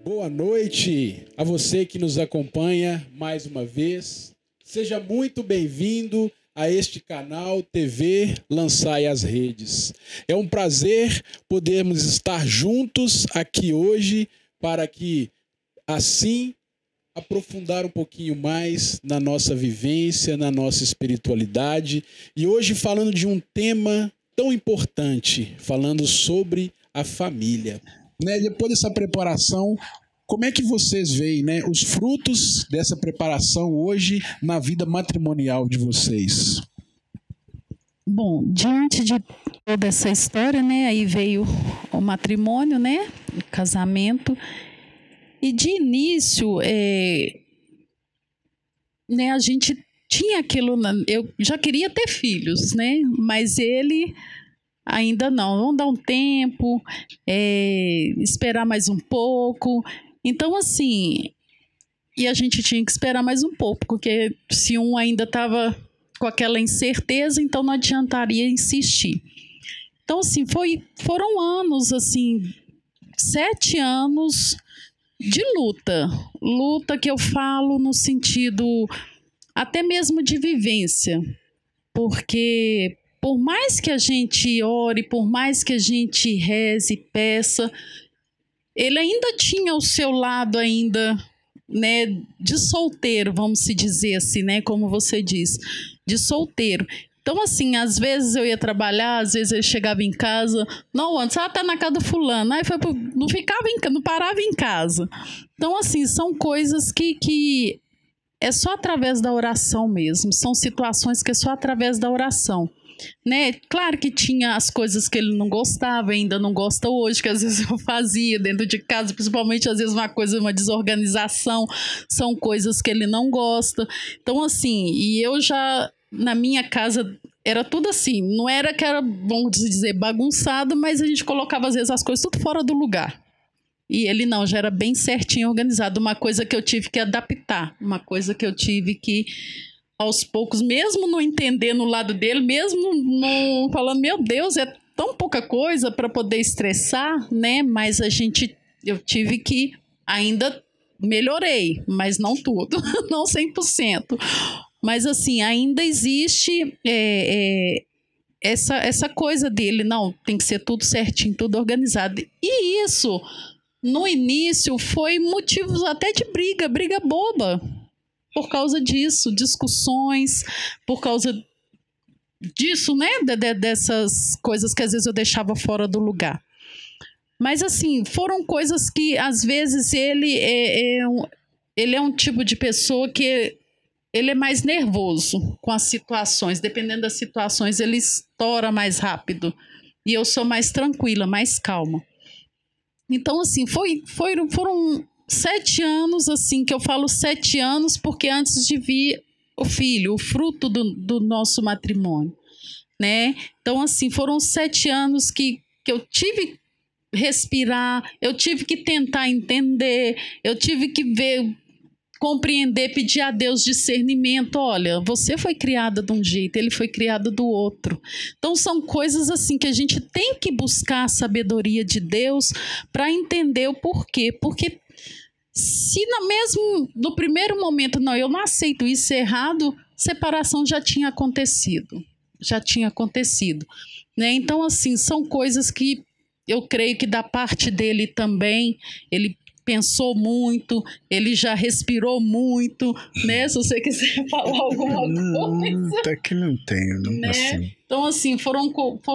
Boa noite a você que nos acompanha mais uma vez. Seja muito bem-vindo a este canal TV Lançai as Redes. É um prazer podermos estar juntos aqui hoje para que, assim, aprofundar um pouquinho mais na nossa vivência, na nossa espiritualidade. E hoje falando de um tema tão importante, falando sobre a família. Depois dessa preparação, como é que vocês veem, os frutos dessa preparação hoje na vida matrimonial de vocês? Bom, diante de toda essa história, aí veio o matrimônio, o casamento, e de início, a gente tinha aquilo, eu já queria ter filhos, mas ele ainda não, vamos dar um tempo, esperar mais um pouco. Então, assim, e a gente tinha que esperar mais um pouco, porque se um ainda estava com aquela incerteza, então não adiantaria insistir. Então, assim, foram anos, assim, 7 anos de luta que eu falo no sentido até mesmo de vivência, porque por mais que a gente ore, por mais que a gente reze e peça, ele ainda tinha o seu lado ainda, de solteiro, vamos se dizer assim, como você diz, de solteiro. Então, assim, às vezes eu ia trabalhar, às vezes eu chegava em casa, não, antes, tá na casa do fulano, aí não parava em casa. Então, assim, são coisas que é só através da oração mesmo, são situações que é só através da oração. Claro que tinha as coisas que ele não gostava, ainda não gosta hoje, que às vezes eu fazia dentro de casa, principalmente às vezes uma desorganização, são coisas que ele não gosta. Então, assim, e eu já, na minha casa, era tudo assim, não era que era, vamos dizer, bagunçado, mas a gente colocava às vezes as coisas tudo fora do lugar. E ele não, já era bem certinho, organizado, uma coisa que eu tive que adaptar, uma coisa que eu tive que aos poucos, mesmo não entendendo o lado dele, mesmo não falando, meu Deus, é tão pouca coisa para poder estressar, mas eu tive que, ainda melhorei, mas não tudo, não 100%. Mas assim, ainda existe essa coisa dele, não, tem que ser tudo certinho, tudo organizado. E isso, no início, foi motivo até de briga boba. Por causa disso, discussões, por causa disso, dessas coisas que às vezes eu deixava fora do lugar. Mas assim, foram coisas que às vezes ele é um tipo de pessoa que ele é mais nervoso com as situações, dependendo das situações ele estoura mais rápido. E eu sou mais tranquila, mais calma. Então assim, foram 7 anos, assim, que eu falo 7 anos, porque antes de vir o filho, o fruto do nosso matrimônio, Então, assim, foram 7 anos que eu tive que respirar, eu tive que tentar entender, eu tive que ver, compreender, pedir a Deus discernimento. Olha, você foi criada de um jeito, ele foi criado do outro. Então são coisas assim que a gente tem que buscar a sabedoria de Deus para entender o porquê. Porque se mesmo no primeiro momento, não, eu não aceito isso errado, separação já tinha acontecido. Então, assim, são coisas que eu creio que da parte dele também, ele pensou muito, ele já respirou muito, Se você quiser falar alguma coisa. Até que não tenho, não assim. Então, assim, foram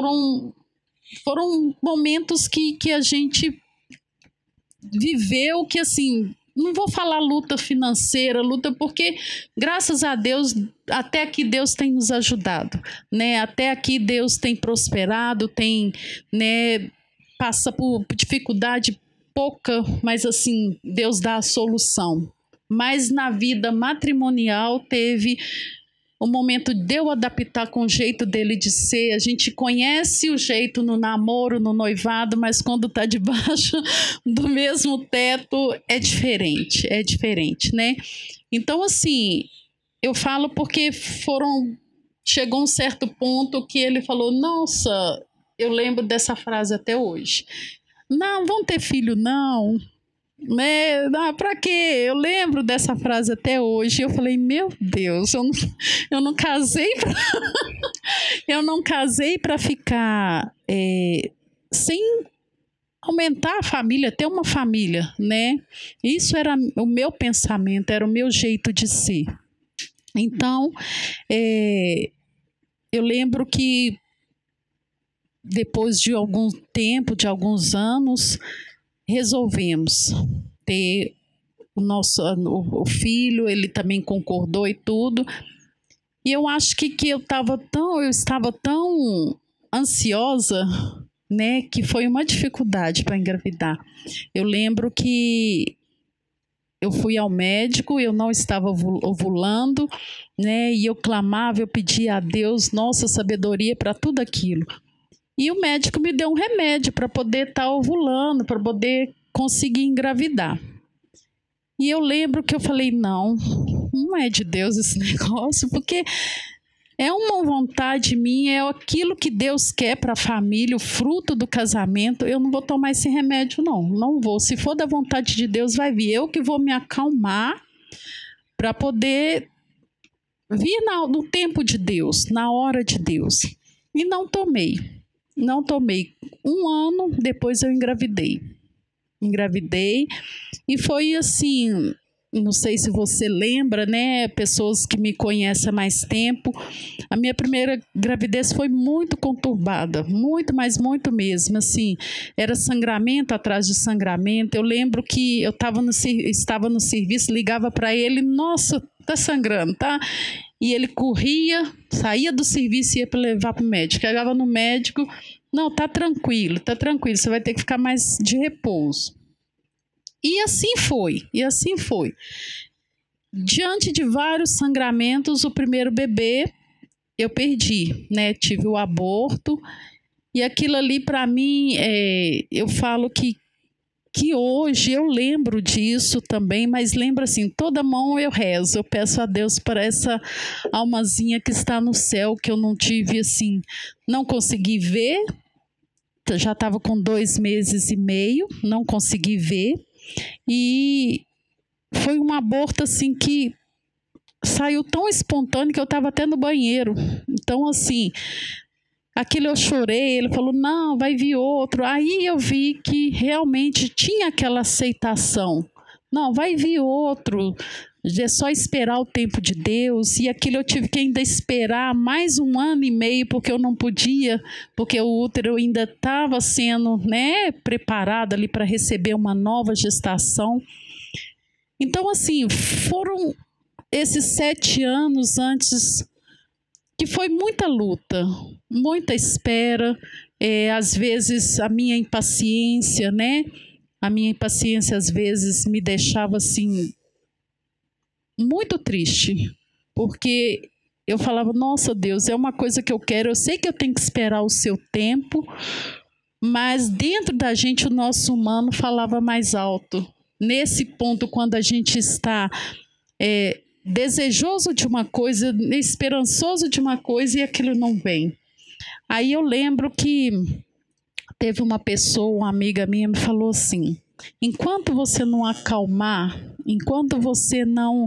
momentos que a gente viveu que, assim, não vou falar luta financeira, porque graças a Deus, até aqui Deus tem nos ajudado, Até aqui Deus tem prosperado, tem, passa por dificuldade pouca, mas assim, Deus dá a solução. Mas na vida matrimonial teve o momento de eu adaptar com o jeito dele de ser. A gente conhece o jeito no namoro, no noivado, mas quando está debaixo do mesmo teto é diferente, Então, assim, eu falo porque chegou um certo ponto que ele falou, nossa, eu lembro dessa frase até hoje. Não, vão ter filho não, né? Ah, pra quê? Eu lembro dessa frase até hoje. Eu falei, meu Deus, eu não casei pra... eu não casei para ficar sem aumentar a família, ter uma família, né? Isso era o meu pensamento, era o meu jeito de ser. Então, eu lembro que depois de algum tempo, de alguns anos, resolvemos ter o filho, ele também concordou e tudo. E eu acho que eu estava tão ansiosa, né, que foi uma dificuldade para engravidar. Eu lembro que eu fui ao médico, eu não estava ovulando, né, e eu clamava, eu pedia a Deus, nossa, sabedoria para tudo aquilo. E o médico me deu um remédio para poder estar ovulando, para poder conseguir engravidar. E eu lembro que eu falei, não é de Deus esse negócio, porque é uma vontade minha, é aquilo que Deus quer para a família, o fruto do casamento. Eu não vou tomar esse remédio, não vou. Se for da vontade de Deus, vai vir. Eu que vou me acalmar para poder vir no tempo de Deus, na hora de Deus. E não tomei. Um ano depois eu engravidei e foi assim, não sei se você lembra, né, pessoas que me conhecem há mais tempo, a minha primeira gravidez foi muito conturbada, muito, mas muito mesmo, assim, era sangramento atrás de sangramento. Eu lembro que eu estava no serviço, ligava para ele, nossa, tá sangrando, tá? E ele corria, saía do serviço e ia para levar para o médico. Chegava no médico, não, tá tranquilo, você vai ter que ficar mais de repouso. E assim foi. Diante de vários sangramentos, o primeiro bebê eu perdi, né? Tive o aborto. E aquilo ali, para mim, eu falo que hoje eu lembro disso também, mas lembro assim, toda mão eu rezo, eu peço a Deus para essa almazinha que está no céu, que eu não tive assim, não consegui ver, já estava com 2 meses e meio, não consegui ver, e foi um aborto assim que saiu tão espontâneo que eu estava até no banheiro, então assim... Aquilo eu chorei, ele falou, não, vai vir outro. Aí eu vi que realmente tinha aquela aceitação. Não, vai vir outro, é só esperar o tempo de Deus. E aquilo eu tive que ainda esperar mais 1 ano e meio, porque eu não podia, porque o útero ainda estava sendo, né, preparado ali para receber uma nova gestação. Então, assim, foram esses 7 anos antes... que foi muita luta, muita espera, às vezes a minha impaciência, né? A minha impaciência às vezes me deixava assim muito triste, porque eu falava, nossa Deus, é uma coisa que eu quero, eu sei que eu tenho que esperar o seu tempo, mas dentro da gente o nosso humano falava mais alto. Nesse ponto, quando a gente está... desejoso de uma coisa, esperançoso de uma coisa e aquilo não vem. Aí eu lembro que teve uma pessoa, uma amiga minha, me falou assim, enquanto você não acalmar, enquanto você não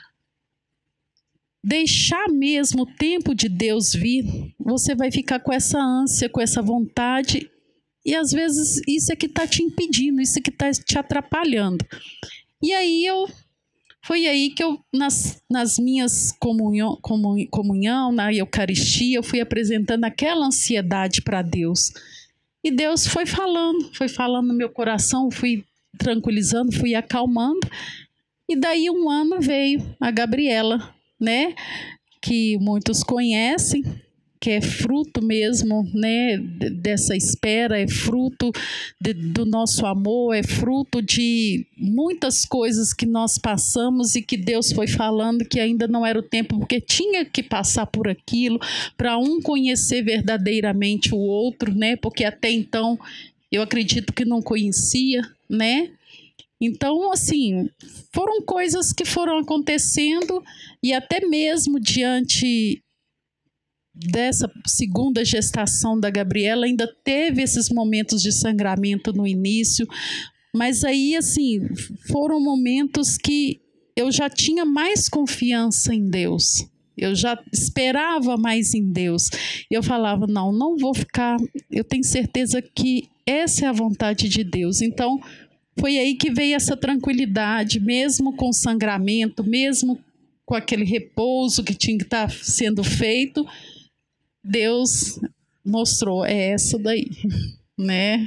deixar mesmo o tempo de Deus vir, você vai ficar com essa ânsia, com essa vontade, e às vezes isso é que está te impedindo, isso é que está te atrapalhando. E aí foi aí que eu, nas minhas comunhão, na Eucaristia, eu fui apresentando aquela ansiedade para Deus. E Deus foi falando no meu coração, fui tranquilizando, fui acalmando. E daí 1 ano veio a Gabriela, né? Que muitos conhecem, que é fruto mesmo, né, dessa espera, é fruto do nosso amor, é fruto de muitas coisas que nós passamos e que Deus foi falando que ainda não era o tempo, porque tinha que passar por aquilo para um conhecer verdadeiramente o outro, né, porque até então eu acredito que não conhecia, né. Então, assim, foram coisas que foram acontecendo e até mesmo diante dessa segunda gestação da Gabriela, ainda teve esses momentos de sangramento no início, Mas aí, assim, foram momentos que eu já tinha mais confiança em Deus. Eu já esperava mais em Deus. Eu falava, não vou ficar... Eu tenho certeza que essa é a vontade de Deus. Então, foi aí que veio essa tranquilidade, mesmo com sangramento, mesmo com aquele repouso que tinha que estar sendo feito. Deus mostrou, é essa daí, né?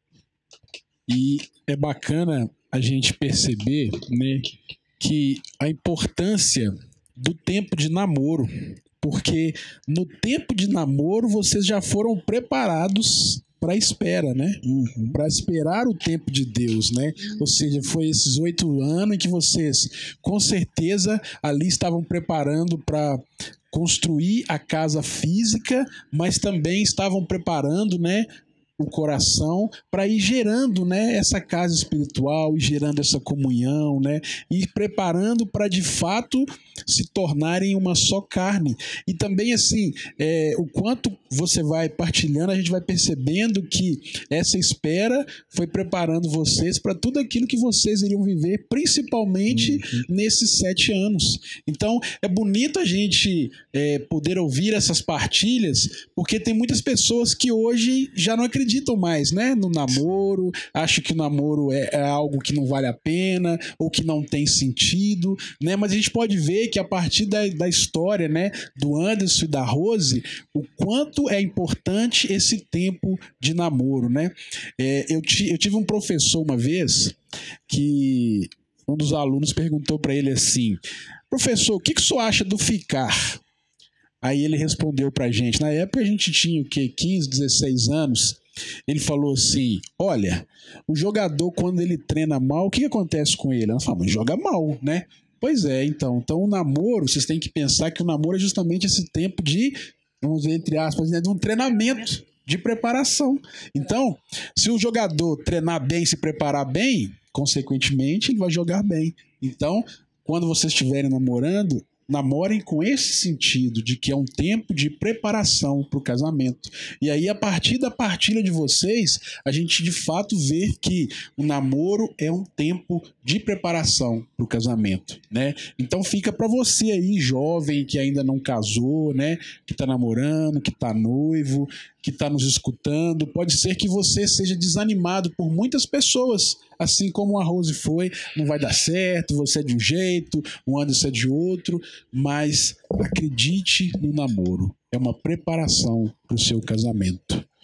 E é bacana a gente perceber, né, que a importância do tempo de namoro, porque no tempo de namoro vocês já foram preparados para a espera, né? Para esperar o tempo de Deus, né? Ou seja, foi esses 8 anos em que vocês, com certeza, ali estavam preparando para construir a casa física, mas também estavam preparando, né, o coração para ir gerando, né, essa casa espiritual, e gerando essa comunhão, né, e preparando para de fato se tornarem uma só carne. E também assim, o quanto você vai partilhando, a gente vai percebendo que essa espera foi preparando vocês para tudo aquilo que vocês iriam viver, principalmente nesses 7 anos. Então é bonito a gente poder ouvir essas partilhas, porque tem muitas pessoas que hoje já não acreditam mais, né, no namoro, acham que o namoro é algo que não vale a pena ou que não tem sentido, né? Mas a gente pode ver que a partir da história, né, do Anderson e da Rose, o quanto é importante esse tempo de namoro, né? Eu tive um professor uma vez que um dos alunos perguntou para ele assim: professor, o que o senhor acha do ficar? Aí ele respondeu pra gente, na época a gente tinha o quê? 15, 16 anos. Ele falou assim: olha, o jogador quando ele treina mal, o que acontece com ele? Ela falou, mas joga mal, né? Pois é, então o namoro, vocês têm que pensar que o namoro é justamente esse tempo de, vamos dizer, entre aspas, né, de um treinamento, de preparação. Então, se o jogador treinar bem, se preparar bem, consequentemente ele vai jogar bem. Então, quando vocês estiverem namorando, namorem com esse sentido de que é um tempo de preparação para o casamento. E aí, a partir da partilha de vocês, a gente de fato vê que o namoro é um tempo de preparação para o casamento, né? Então fica para você aí, jovem, que ainda não casou, né? Que está namorando, que está noivo, que está nos escutando. Pode ser que você seja desanimado por muitas pessoas, assim como a Rose foi, não vai dar certo, você é de um jeito, o Anderson é de outro, mas acredite no namoro, é uma preparação para o seu casamento.